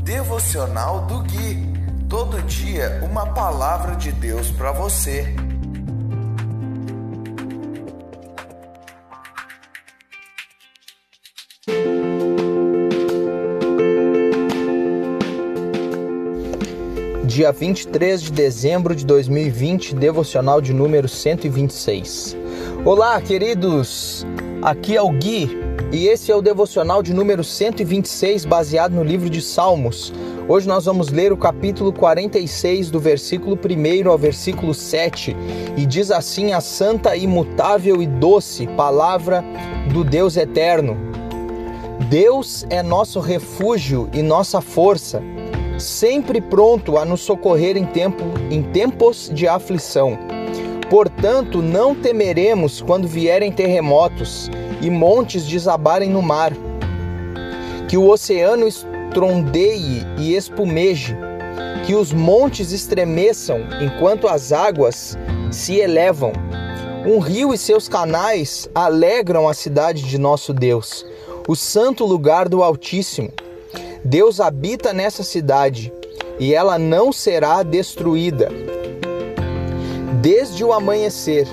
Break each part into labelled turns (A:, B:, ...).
A: Devocional do Gui. Todo dia uma palavra de Deus para você.
B: Dia 23 de dezembro de 2020, devocional de número 126. Olá, queridos! Aqui é o Gui e esse é o devocional de número 126, baseado no livro de Salmos. Hoje nós vamos ler o capítulo 46, do versículo 1 ao versículo 7, e diz assim a santa, imutável e doce palavra do Deus eterno. Deus é nosso refúgio e nossa força, sempre pronto a nos socorrer em tempos de aflição. Portanto, não temeremos quando vierem terremotos e montes desabarem no mar, que o oceano estrondeie e espumeje, que os montes estremeçam enquanto as águas se elevam. Um rio e seus canais alegram a cidade de nosso Deus, o santo lugar do Altíssimo. Deus habita nessa cidade e ela não será destruída. Desde o amanhecer,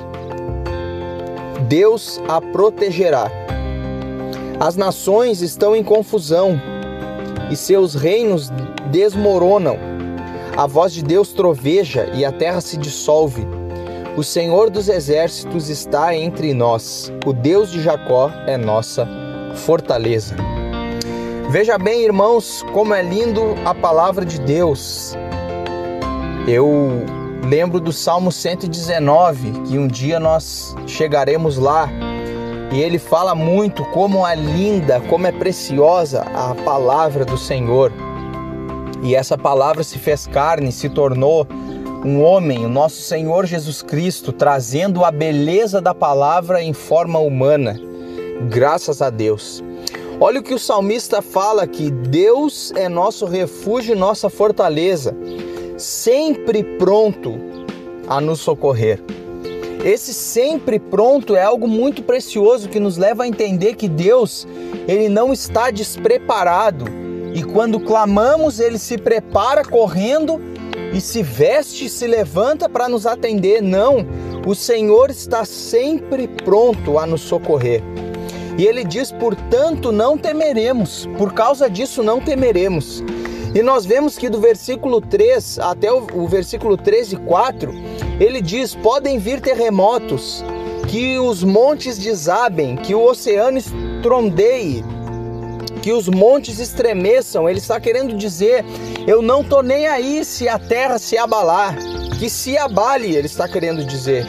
B: Deus a protegerá. As nações estão em confusão e seus reinos desmoronam. A voz de Deus troveja e a terra se dissolve. O Senhor dos exércitos está entre nós. O Deus de Jacó é nossa fortaleza. Veja bem, irmãos, como é lindo a palavra de Deus. Eu lembro do Salmo 119, que um dia nós chegaremos lá, e ele fala muito como é linda, como é preciosa a palavra do Senhor. E essa palavra se fez carne, se tornou um homem, o nosso Senhor Jesus Cristo, trazendo a beleza da palavra em forma humana. Graças a Deus. Olha o que o salmista fala aqui: Deus é nosso refúgio e nossa fortaleza, sempre pronto a nos socorrer. Esse sempre pronto é algo muito precioso que nos leva a entender que Deus, ele não está despreparado, e quando clamamos, ele se prepara correndo e se veste, se levanta para nos atender. Não, o Senhor está sempre pronto a nos socorrer. E ele diz, portanto, não temeremos, por causa disso não temeremos. E nós vemos que do versículo 3 até o versículo 3 e 4, ele diz, podem vir terremotos, que os montes desabem, que o oceano estrondeie, que os montes estremeçam. Ele está querendo dizer, eu não estou nem aí se a terra se abalar, que se abale, ele está querendo dizer.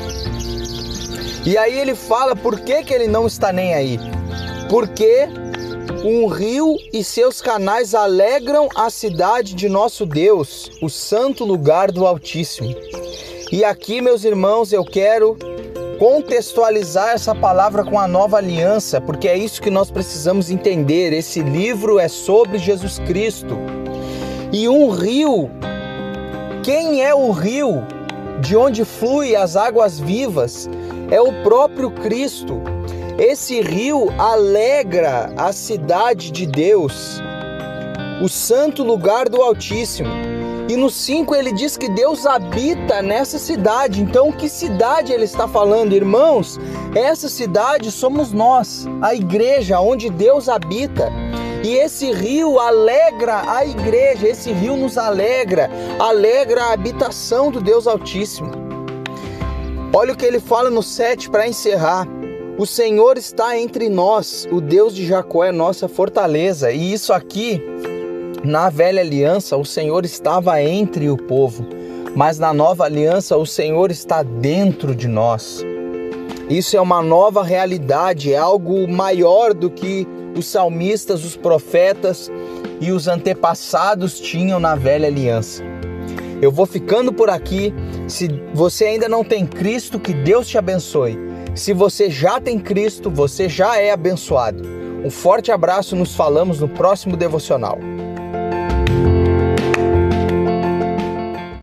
B: E aí ele fala por que ele não está nem aí. Porque um rio e seus canais alegram a cidade de nosso Deus, o santo lugar do Altíssimo. E aqui, meus irmãos, eu quero contextualizar essa palavra com a nova aliança, porque é isso que nós precisamos entender. Esse livro é sobre Jesus Cristo. E um rio, quem é o rio de onde flui as águas vivas? É o próprio Cristo. Esse rio alegra a cidade de Deus, o santo lugar do Altíssimo. E no 5 ele diz que Deus habita nessa cidade. Então, que cidade ele está falando, irmãos? Essa cidade somos nós, a igreja onde Deus habita. E esse rio alegra a igreja, esse rio nos alegra a habitação do Deus Altíssimo. Olha o que ele fala no 7 para encerrar. O Senhor está entre nós, o Deus de Jacó é nossa fortaleza. E isso aqui, na velha aliança, o Senhor estava entre o povo, mas na nova aliança, o Senhor está dentro de nós. Isso é uma nova realidade, é algo maior do que os salmistas, os profetas e os antepassados tinham na velha aliança. Eu vou ficando por aqui. Se você ainda não tem Cristo, que Deus te abençoe. Se você já tem Cristo, você já é abençoado. Um forte abraço, nos falamos no próximo devocional.